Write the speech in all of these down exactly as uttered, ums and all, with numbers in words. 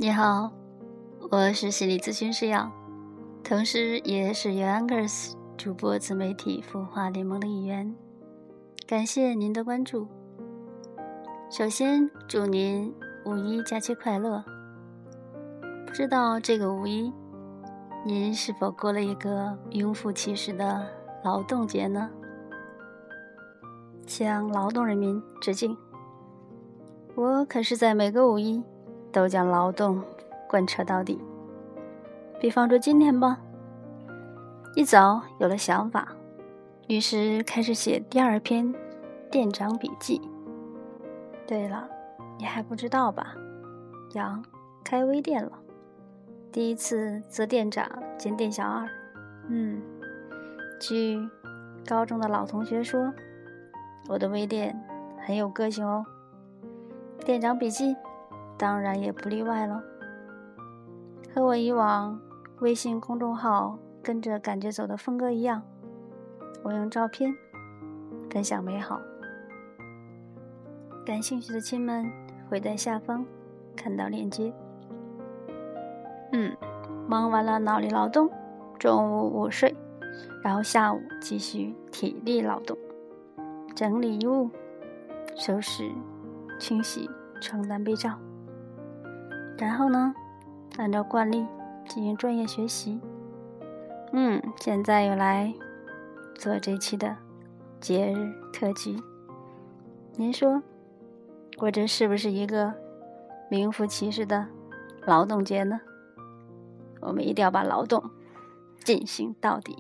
你好，我是心理咨询师杨，同时也是 YouNgers 主播自媒体孵化联盟的一员。感谢您的关注。首先祝您五一假期快乐。不知道这个五一，您是否过了一个名副其实的劳动节呢？向劳动人民致敬。我可是在每个五一都将劳动贯彻到底。比方说今天吧，一早有了想法，于是开始写第二篇店长笔记。对了，你还不知道吧？杨开微店了，第一次做店长兼店小二。嗯，据高中的老同学说，我的微店很有个性哦。店长笔记当然也不例外了。和我以往微信公众号跟着感觉走的风格一样，我用照片分享美好。感兴趣的亲们会在下方看到链接。嗯，忙完了脑力劳动，中午午睡，然后下午继续体力劳动，整理衣物，收拾清洗床单被罩，然后呢按照惯例进行专业学习。嗯，现在又来做这期的节日特辑。您说我这是不是一个名副其实的劳动节呢？我们一定要把劳动进行到底。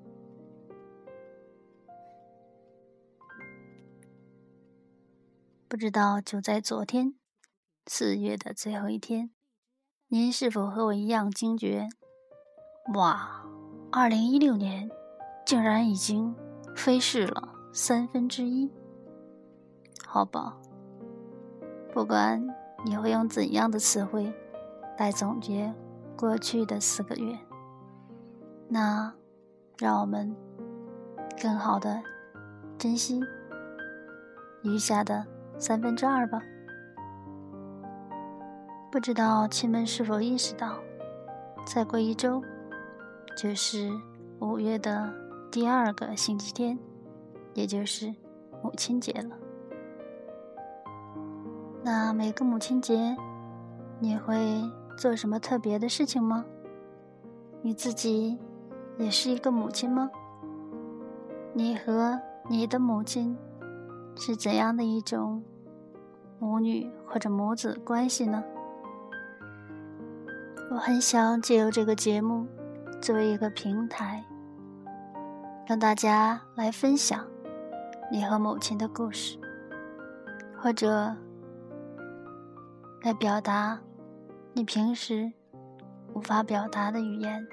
不知道就在昨天，四月的最后一天，您是否和我一样惊觉，哇，二零一六年竟然已经飞逝了三分之一。好吧，不管你会用怎样的词汇来总结过去的四个月，那让我们更好的珍惜余下的三分之二吧。不知道亲们是否意识到，再过一周就是五月的第二个星期天，也就是母亲节了。那每个母亲节你会做什么特别的事情吗？你自己也是一个母亲吗？你和你的母亲是怎样的一种母女或者母子关系呢？我很想借由这个节目作为一个平台，让大家来分享你和母亲的故事，或者来表达你平时无法表达的语言。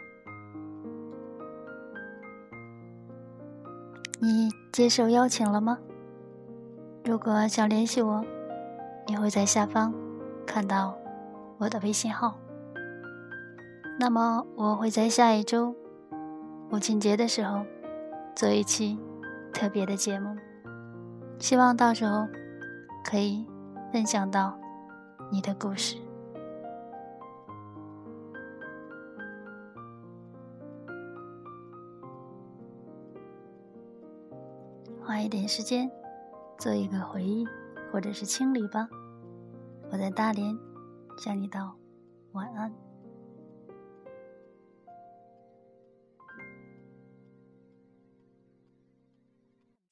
你接受邀请了吗？如果想联系我，你会在下方看到我的微信号。那么我会在下一周母亲节的时候做一期特别的节目，希望到时候可以分享到你的故事。花一点时间做一个回忆或者是清理吧。我在大连向你道晚安。